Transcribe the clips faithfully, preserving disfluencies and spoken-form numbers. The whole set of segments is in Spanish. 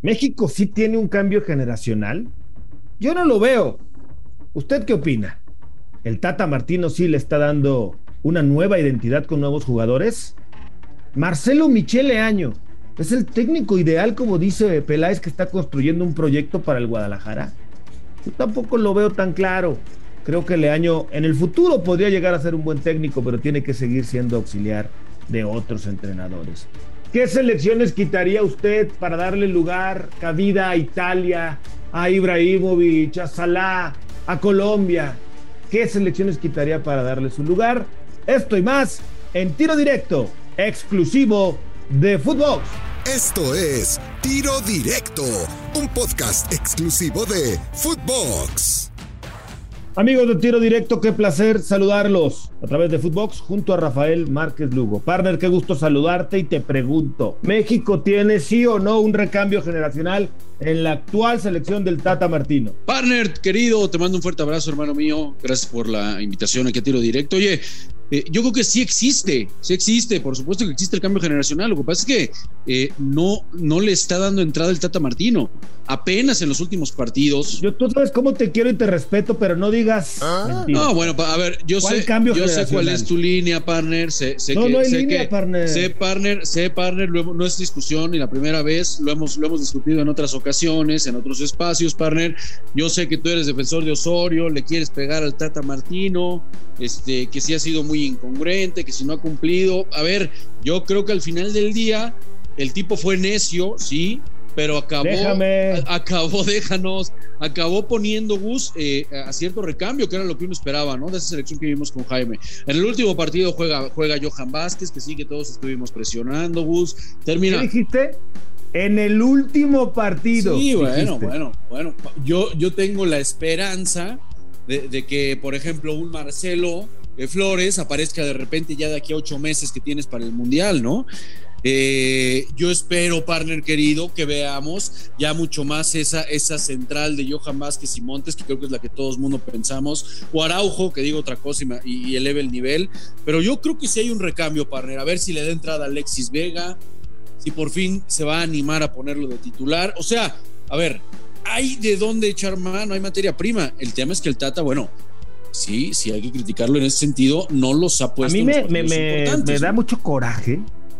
¿México sí tiene un cambio generacional? Yo no lo veo. ¿Usted qué opina? ¿El Tata Martino sí le está dando una nueva identidad con nuevos jugadores? Marcelo Michele Año, ¿es el técnico ideal, como dice Peláez, que está construyendo un proyecto para el Guadalajara? Yo tampoco lo veo tan claro. Creo que Leaño en el futuro podría llegar a ser un buen técnico, pero tiene que seguir siendo auxiliar de otros entrenadores. ¿Qué selecciones quitaría usted para darle lugar, cabida a Italia, a Ibrahimovic, a Salah, a Colombia? ¿Qué selecciones quitaría para darle su lugar? Esto y más en Tiro Directo, exclusivo de Footbox. Esto es Tiro Directo, un podcast exclusivo de Footbox. Amigos de Tiro Directo, qué placer saludarlos a través de Footbox junto a Rafael Márquez Lugo. Partner, qué gusto saludarte y te pregunto, ¿México tiene sí o no un recambio generacional en la actual selección del Tata Martino? Partner, querido, te mando un fuerte abrazo, hermano mío. Gracias por la invitación aquí a Tiro Directo. Oye, eh, yo creo que sí existe, sí existe, por supuesto que existe el cambio generacional. Lo que pasa es que eh, no, no le está dando entrada el Tata Martino. Apenas en los últimos partidos. Yo, tú sabes cómo te quiero y te respeto, pero no digas. ¿Ah? No, bueno, a ver, yo sé, yo sé cuál es tu línea, partner. Sé, sé no, que, no hay sé línea, que, partner. Sé, partner, sé, partner, lo, no es discusión ni la primera vez, lo hemos, lo hemos discutido en otras ocasiones, en otros espacios, partner. Yo sé que tú eres defensor de Osorio, le quieres pegar al Tata Martino, este, que sí ha sido muy incongruente, que si no ha cumplido. A ver, yo creo que al final del día, el tipo fue necio, sí, pero acabó, Déjame. acabó, déjanos, acabó poniendo Gus eh, a cierto recambio, que era lo que uno esperaba, ¿no? De esa selección que vimos con Jaime. En el último partido juega, juega Johan Vázquez, que sí, que todos estuvimos presionando, Gus. Termina. ¿Qué dijiste? En el último partido. Sí, bueno, dijiste. bueno, bueno. Yo, yo tengo la esperanza de, de que, por ejemplo, un Marcelo eh, Flores aparezca de repente ya de aquí a ocho meses que tienes para el Mundial, ¿no? Eh, yo espero, partner querido, que veamos ya mucho más esa, esa central de Johan Vázquez y Montes, que creo que es la que todo el mundo pensamos, o Araujo, que digo otra cosa y, y, y eleve el nivel, pero yo creo que sí hay un recambio, partner, a ver si le da entrada a Alexis Vega, si por fin se va a animar a ponerlo de titular, o sea, a ver, hay de dónde echar mano, hay materia prima, el tema es que el Tata, bueno, sí, sí hay que criticarlo en ese sentido, no los ha puesto. A mí en me, los me, me, me da ¿no? mucho coraje.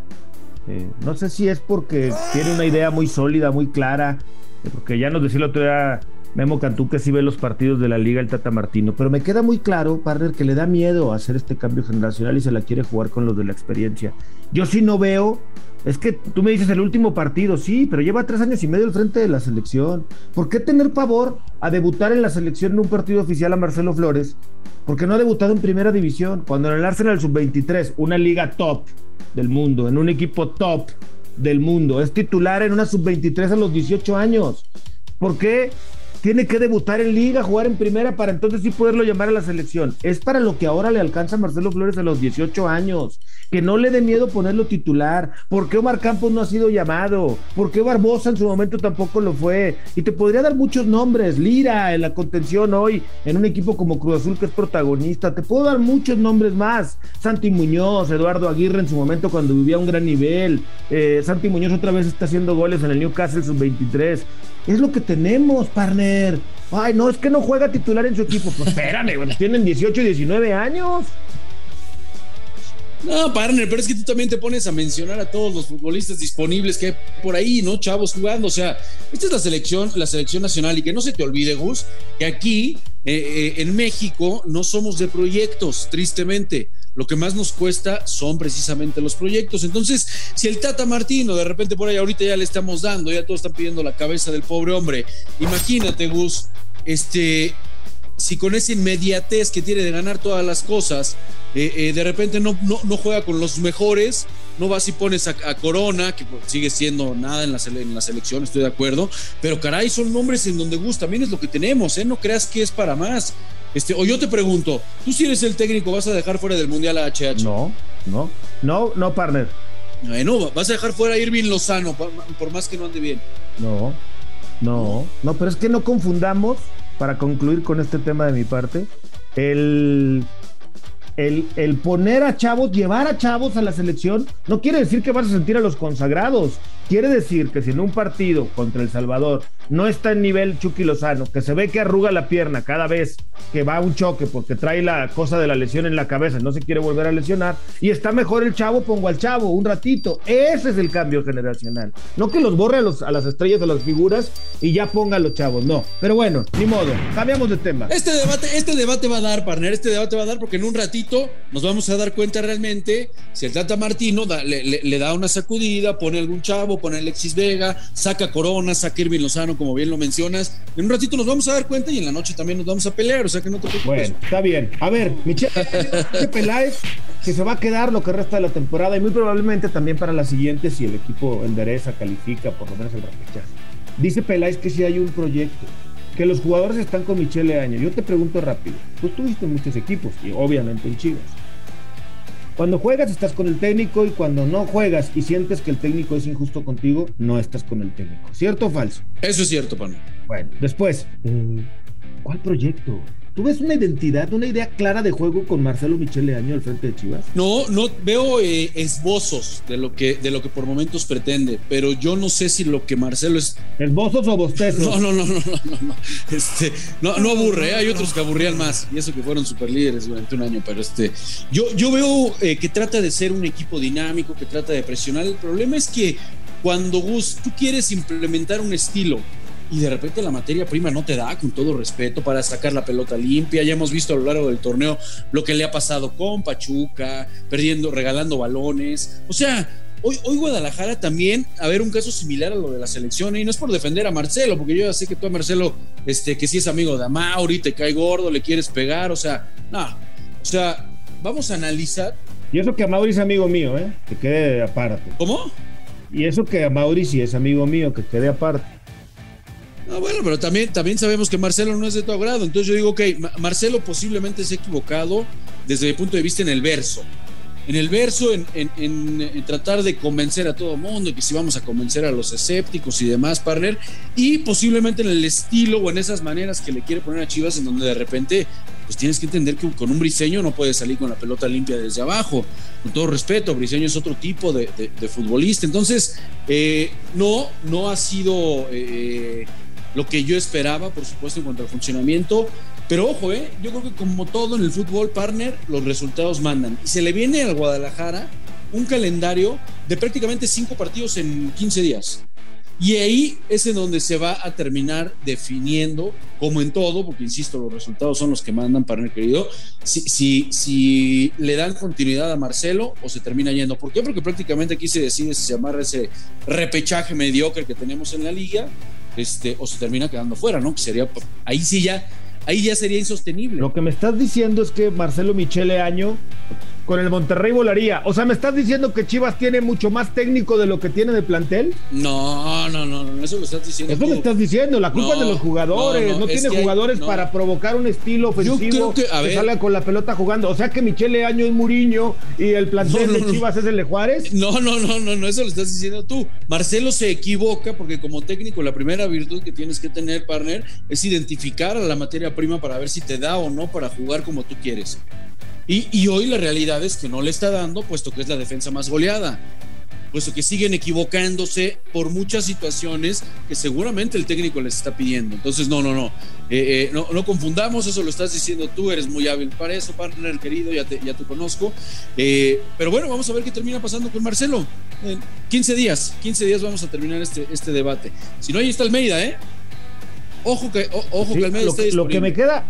Eh, no sé si es porque tiene una idea muy sólida, muy clara, eh, porque ya nos decía el otro día Memo Cantú que sí ve los partidos de la Liga el Tata Martino, pero me queda muy claro, partner, que le da miedo hacer este cambio generacional y se la quiere jugar con los de la experiencia. Yo sí no veo, es que tú me dices el último partido, sí, pero lleva tres años y medio al frente de la selección. ¿Por qué tener pavor a debutar en la selección en un partido oficial a Marcelo Flores? Porque no ha debutado en primera división, cuando en el Arsenal sub veintitrés, una liga top del mundo, en un equipo top del mundo, es titular en una sub veintitrés a los dieciocho años. ¿Por qué tiene que debutar en liga, jugar en primera para entonces sí poderlo llamar a la selección? Es para lo que ahora le alcanza a Marcelo Flores a los dieciocho años, que no le dé miedo ponerlo titular. ¿Por qué Omar Campos no ha sido llamado? ¿Por qué Barbosa en su momento tampoco lo fue? Y te podría dar muchos nombres, Lira en la contención hoy, en un equipo como Cruz Azul que es protagonista, te puedo dar muchos nombres más, Santi Muñoz, Eduardo Aguirre en su momento cuando vivía a un gran nivel, eh, Santi Muñoz otra vez está haciendo goles en el Newcastle sub veintitrés, es lo que tenemos, partner. Ay, no, es que no juega titular en su equipo. Pues espérame, bueno, tienen dieciocho y diecinueve años. No, partner, pero es que tú también te pones a mencionar a todos los futbolistas disponibles que hay por ahí, ¿no? Chavos jugando, o sea, esta es la selección, la selección nacional, y que no se te olvide, Gus, que aquí eh, eh, en México no somos de proyectos, tristemente. Lo que más nos cuesta son precisamente los proyectos. Entonces, si el Tata Martino de repente por ahí ahorita ya le estamos dando, ya todos están pidiendo la cabeza del pobre hombre, imagínate, Gus, este, si con esa inmediatez que tiene de ganar todas las cosas, eh, eh, de repente no, no, no juega con los mejores, no vas y pones a, a Corona, que sigue siendo nada en la, sele, en la selección, estoy de acuerdo, pero caray, son nombres en donde Gus también es lo que tenemos, ¿eh? No creas que es para más. Este, o yo te pregunto, tú si eres el técnico, ¿vas a dejar fuera del Mundial a H H? No, no, no, no, partner. Bueno, vas a dejar fuera a Irving Lozano, por, por más que no ande bien. No, no, no, pero es que no confundamos, para concluir con este tema de mi parte, el, el, el poner a chavos, llevar a chavos a la selección, no quiere decir que vas a sentir a los consagrados. Quiere decir que si en un partido contra El Salvador no está en nivel Chucky Lozano, que se ve que arruga la pierna cada vez que va a un choque porque trae la cosa de la lesión en la cabeza, no se quiere volver a lesionar, y está mejor el chavo, pongo al chavo un ratito. Ese es el cambio generacional. No que los borre a, los, a las estrellas, a las figuras y ya ponga a los chavos, no. Pero bueno, ni modo, cambiamos de tema. Este debate, este debate va a dar, partner, este debate va a dar porque en un ratito nos vamos a dar cuenta realmente si el Tata Martino da, le, le, le da una sacudida, pone algún chavo, pone a Alexis Vega, saca Corona, saca Irving Lozano, como bien lo mencionas. En un ratito nos vamos a dar cuenta y en la noche también nos vamos a pelear, o sea que no te preocupes. Bueno, está bien. A ver, Michel Peláez, que se va a quedar lo que resta de la temporada y muy probablemente también para la siguiente si el equipo endereza, califica, por lo menos el repechaje. Dice Peláez que sí hay un proyecto, que los jugadores están con Michel Leaño. Yo te pregunto rápido, tú estuviste en muchos equipos y obviamente en Chivas. Cuando juegas estás con el técnico y cuando no juegas y sientes que el técnico es injusto contigo, no estás con el técnico. ¿Cierto o falso? Eso es cierto, Pano. Bueno, después, ¿cuál proyecto? ¿Tú ves una identidad, una idea clara de juego con Marcelo Michel Leaño al frente de Chivas? No, no veo eh, esbozos de lo que de lo que por momentos pretende, pero yo no sé si lo que Marcelo es. ¿Esbozos o bostezos? No, no, no, no, no, no, no. Este, no, no aburre, ¿eh? Hay otros que aburrían más, y eso que fueron superlíderes durante un año, pero este, yo, yo veo eh, que trata de ser un equipo dinámico, que trata de presionar. El problema es que cuando Gus, tú quieres implementar un estilo y de repente la materia prima no te da, con todo respeto, para sacar la pelota limpia. Ya hemos visto a lo largo del torneo lo que le ha pasado con Pachuca, perdiendo, regalando balones. O sea, hoy, hoy Guadalajara también, a ver, un caso similar a lo de la selección, y no es por defender a Marcelo, porque yo ya sé que tú a Marcelo, este, que sí es amigo de Amauri, te cae gordo, le quieres pegar, o sea, no, o sea, vamos a analizar. Y eso que Amauri es amigo mío, ¿eh? Que quede aparte. ¿Cómo? Y eso que Amauri sí es amigo mío, que quede aparte. Ah, bueno, pero también, también sabemos que Marcelo no es de tu agrado. Entonces yo digo, ok, Marcelo posiblemente se ha equivocado desde mi punto de vista en el verso. En el verso, en, en, en, en tratar de convencer a todo mundo, que si vamos a convencer a los escépticos y demás, partner, y posiblemente en el estilo o en esas maneras que le quiere poner a Chivas, en donde de repente pues tienes que entender que con un Briseño no puedes salir con la pelota limpia desde abajo. Con todo respeto, Briseño es otro tipo de, de, de futbolista. Entonces, eh, no, no ha sido eh, lo que yo esperaba, por supuesto, en cuanto al funcionamiento. Pero ojo, eh, yo creo que como todo en el fútbol, partner, los resultados mandan. Y se le viene al Guadalajara un calendario de prácticamente cinco partidos en quince días. Y ahí es en donde se va a terminar definiendo, como en todo, porque insisto, los resultados son los que mandan, partner querido, si, si, si le dan continuidad a Marcelo o se termina yendo. ¿Por qué? Porque prácticamente aquí se decide si se amarra ese repechaje mediocre que tenemos en la liga, este, o se termina quedando fuera, ¿no? Que sería, ahí sí ya, ahí ya sería insostenible. Lo que me estás diciendo es que Marcelo Michel Leaño con el Monterrey volaría. O sea, ¿me estás diciendo que Chivas tiene mucho más técnico de lo que tiene de plantel? No, no, no, no, eso lo estás diciendo. Eso tú. me estás diciendo, la culpa no, es de los jugadores. No, no, no tiene jugadores hay, no. para provocar un estilo ofensivo que, que ver, salga con la pelota jugando. O sea que Michel Leaño es Muriño y el plantel no, no, de Chivas no. es el de Juárez. No, no, no, no, no, eso lo estás diciendo tú. Marcelo se equivoca porque como técnico la primera virtud que tienes que tener, partner, es identificar a la materia prima para ver si te da o no para jugar como tú quieres. Y, y hoy la realidad es que no le está dando, puesto que es la defensa más goleada, puesto que siguen equivocándose por muchas situaciones que seguramente el técnico les está pidiendo. Entonces, no, no, no, eh, eh, no, no confundamos, eso lo estás diciendo tú, eres muy hábil para eso, partner querido, ya te, ya te conozco. Eh, pero bueno, vamos a ver qué termina pasando con Marcelo. En quince días, quince días vamos a terminar este, este debate. Si no, ahí está Almeida, ¿eh? Ojo que, o, ojo sí, que Almeida lo, esté disponible. Lo que me queda...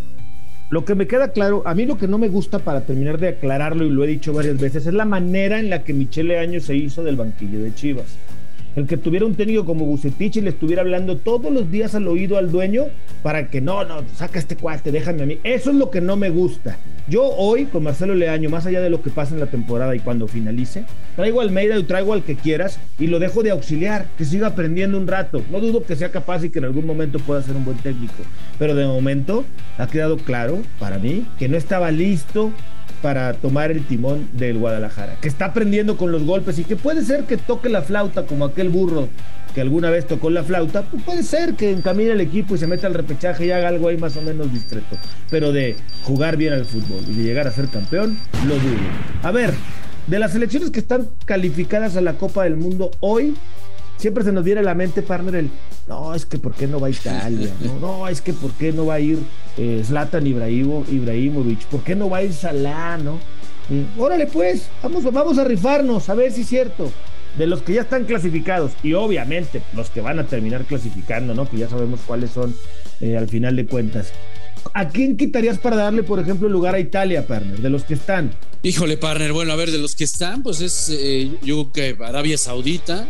Lo que me queda claro, a mí lo que no me gusta, para terminar de aclararlo, y lo he dicho varias veces, es la manera en la que Michel Leaño se hizo del banquillo de Chivas. El que tuviera un técnico como Bucetich y le estuviera hablando todos los días al oído al dueño para que no, no, saca este cuate, déjame a mí. Eso es lo que no me gusta. Yo hoy, con Marcelo Leaño, más allá de lo que pasa en la temporada y cuando finalice, traigo a Almeida y traigo al que quieras y lo dejo de auxiliar, que siga aprendiendo un rato. No dudo que sea capaz y que en algún momento pueda ser un buen técnico, pero de momento ha quedado claro para mí que no estaba listo para tomar el timón del Guadalajara, que está aprendiendo con los golpes y que puede ser que toque la flauta como aquel burro que alguna vez tocó la flauta, pues puede ser que encamine el equipo y se meta al repechaje y haga algo ahí más o menos discreto, pero de jugar bien al fútbol y de llegar a ser campeón, lo dudo. A ver, de las selecciones que están calificadas a la Copa del Mundo hoy, siempre se nos viene a la mente, partner, el, no, es que ¿por qué no va a Italia? No, no es que ¿por qué no va a ir eh, Zlatan Ibrahimo, Ibrahimovic? ¿Por qué no va a ir Salah, no? Y, órale pues, vamos, vamos a rifarnos, a ver si es cierto. De los que ya están clasificados, y obviamente los que van a terminar clasificando, ¿no? Que ya sabemos cuáles son eh, al final de cuentas. ¿A quién quitarías para darle, por ejemplo, lugar a Italia, partner? De los que están. Híjole, partner, bueno, a ver, de los que están, pues es, eh, yo creo que Arabia Saudita,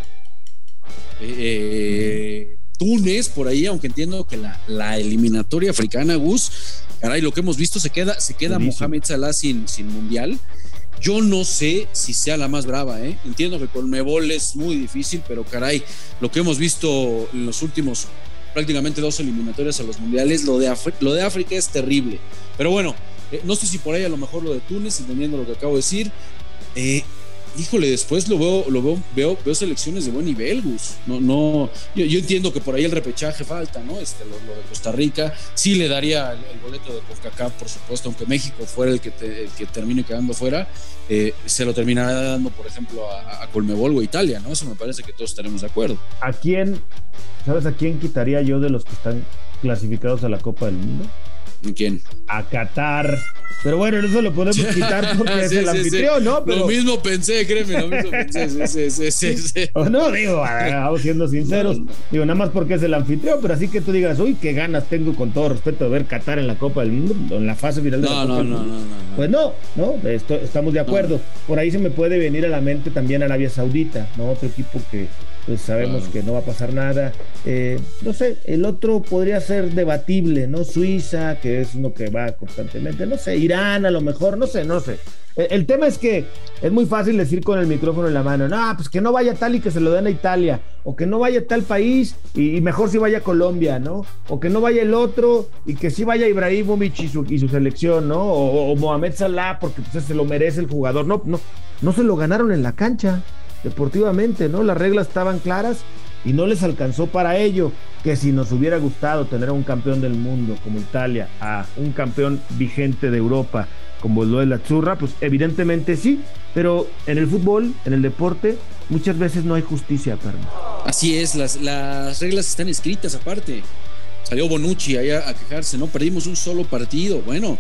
eh, Túnez, por ahí, aunque entiendo que la, la eliminatoria africana, Gus, caray, lo que hemos visto, se queda, se queda Mohamed Salah sin, sin mundial. Yo no sé si sea la más brava, ¿eh? Entiendo que con Conmebol es muy difícil, pero caray, lo que hemos visto en los últimos prácticamente dos eliminatorias a los mundiales, lo de, Af- lo de África es terrible. Pero bueno, eh, no sé si por ahí a lo mejor lo de Túnez, entendiendo lo que acabo de decir. Eh, híjole, después lo veo, lo veo, veo, veo selecciones de buen nivel, Gus. No, no, yo, yo entiendo que por ahí el repechaje falta, ¿no? Este, lo, lo de Costa Rica, sí le daría el, el boleto de CONCACAF, por supuesto, aunque México fuera el que, te, el que termine quedando fuera, eh, se lo terminará dando, por ejemplo, a, a Conmebol o a Italia, ¿no? Eso me parece que todos estaremos de acuerdo. ¿A quién, sabes a quién quitaría yo de los que están clasificados a la Copa del Mundo? ¿Quién? A Qatar. Pero bueno, eso lo podemos quitar porque sí, es el sí, anfitrión, sí. ¿no? Pero... Lo mismo pensé, créeme, lo mismo pensé. Sí, sí, sí, sí. O no, digo, vamos siendo sinceros. No, no. Digo, nada más porque es el anfitrión, pero así que tú digas, uy, qué ganas tengo con todo respeto de ver Qatar en la Copa del Mundo, en la fase final de no, la Copa no, del no, Mundo. No, no, no. Pues no, no, esto, estamos de acuerdo. No. Por ahí se me puede venir a la mente también Arabia Saudita, ¿no? Otro equipo que pues sabemos claro. que no va a pasar nada. Eh, no sé, el otro podría ser debatible, ¿no? Suiza, que es uno que va constantemente, no sé, Irán a lo mejor, no sé, no sé. El, el tema es que es muy fácil decir con el micrófono en la mano, no, pues que no vaya tal y que se lo den a Italia, o que no vaya tal país y, y mejor si vaya Colombia, ¿no? O que no vaya el otro y que sí vaya Ibrahimovic y su, y su selección, ¿no? O, o Mohamed Salah porque pues, se lo merece el jugador. No, no, no se lo ganaron en la cancha. Deportivamente, ¿no? Las reglas estaban claras y no les alcanzó para ello. Que si nos hubiera gustado tener a un campeón del mundo como Italia, a un campeón vigente de Europa como lo de la Azzurra, pues evidentemente sí, pero en el fútbol, en el deporte, muchas veces no hay justicia, Carmen. Así es, las, las reglas están escritas aparte. Salió Bonucci allá a quejarse, no perdimos un solo partido. Bueno,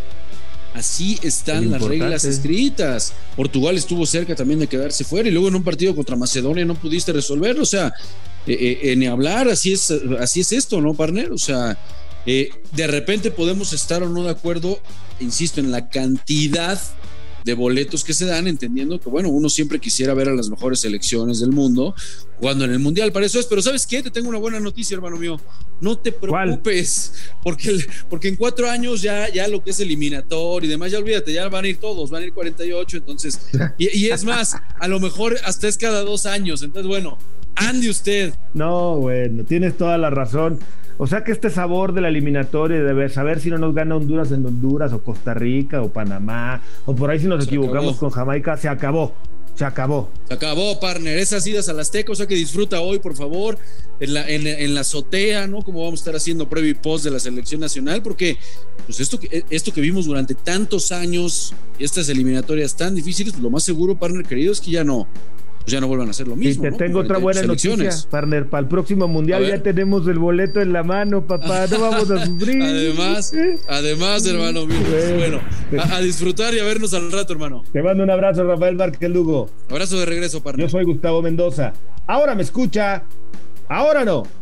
así están las reglas escritas. Portugal estuvo cerca también de quedarse fuera y luego en un partido contra Macedonia no pudiste resolverlo. O sea, eh, eh, ni hablar, así es, así es esto, ¿no, partner? O sea, eh, de repente podemos estar o no de acuerdo, insisto, en la cantidad de boletos que se dan, entendiendo que, bueno, uno siempre quisiera ver a las mejores selecciones del mundo jugando en el Mundial, para eso es, pero ¿sabes qué? Te tengo una buena noticia, hermano mío, no te preocupes, porque, porque en cuatro años ya, ya lo que es eliminatorio y demás, ya olvídate, ya van a ir todos, van a ir cuarenta y ocho, entonces, y, y es más, a lo mejor hasta es cada dos años, entonces, bueno, ande usted. No, bueno, tienes toda la razón. O sea que este sabor de la eliminatoria, de saber si no nos gana Honduras en Honduras, o Costa Rica, o Panamá, o por ahí si nos se equivocamos acabó. Con Jamaica, se acabó, se acabó. Se acabó, partner, esas idas al Azteca, o sea que disfruta hoy, por favor, en la, en, en la azotea, ¿no? Como vamos a estar haciendo previo y post de la selección nacional, porque pues esto, esto que vimos durante tantos años, estas eliminatorias tan difíciles, pues lo más seguro, partner querido, es que ya no... pues ya no vuelvan a hacer lo mismo. Y te ¿no? tengo otra buena noticia, partner. Para el próximo mundial ya tenemos el boleto en la mano, papá. No vamos a sufrir. Además, además, hermano mío. Bueno, a, a disfrutar y a vernos al rato, hermano. Te mando un abrazo, Rafael Márquez Lugo. Abrazo de regreso, partner. Yo soy Gustavo Mendoza. Ahora me escucha. Ahora no.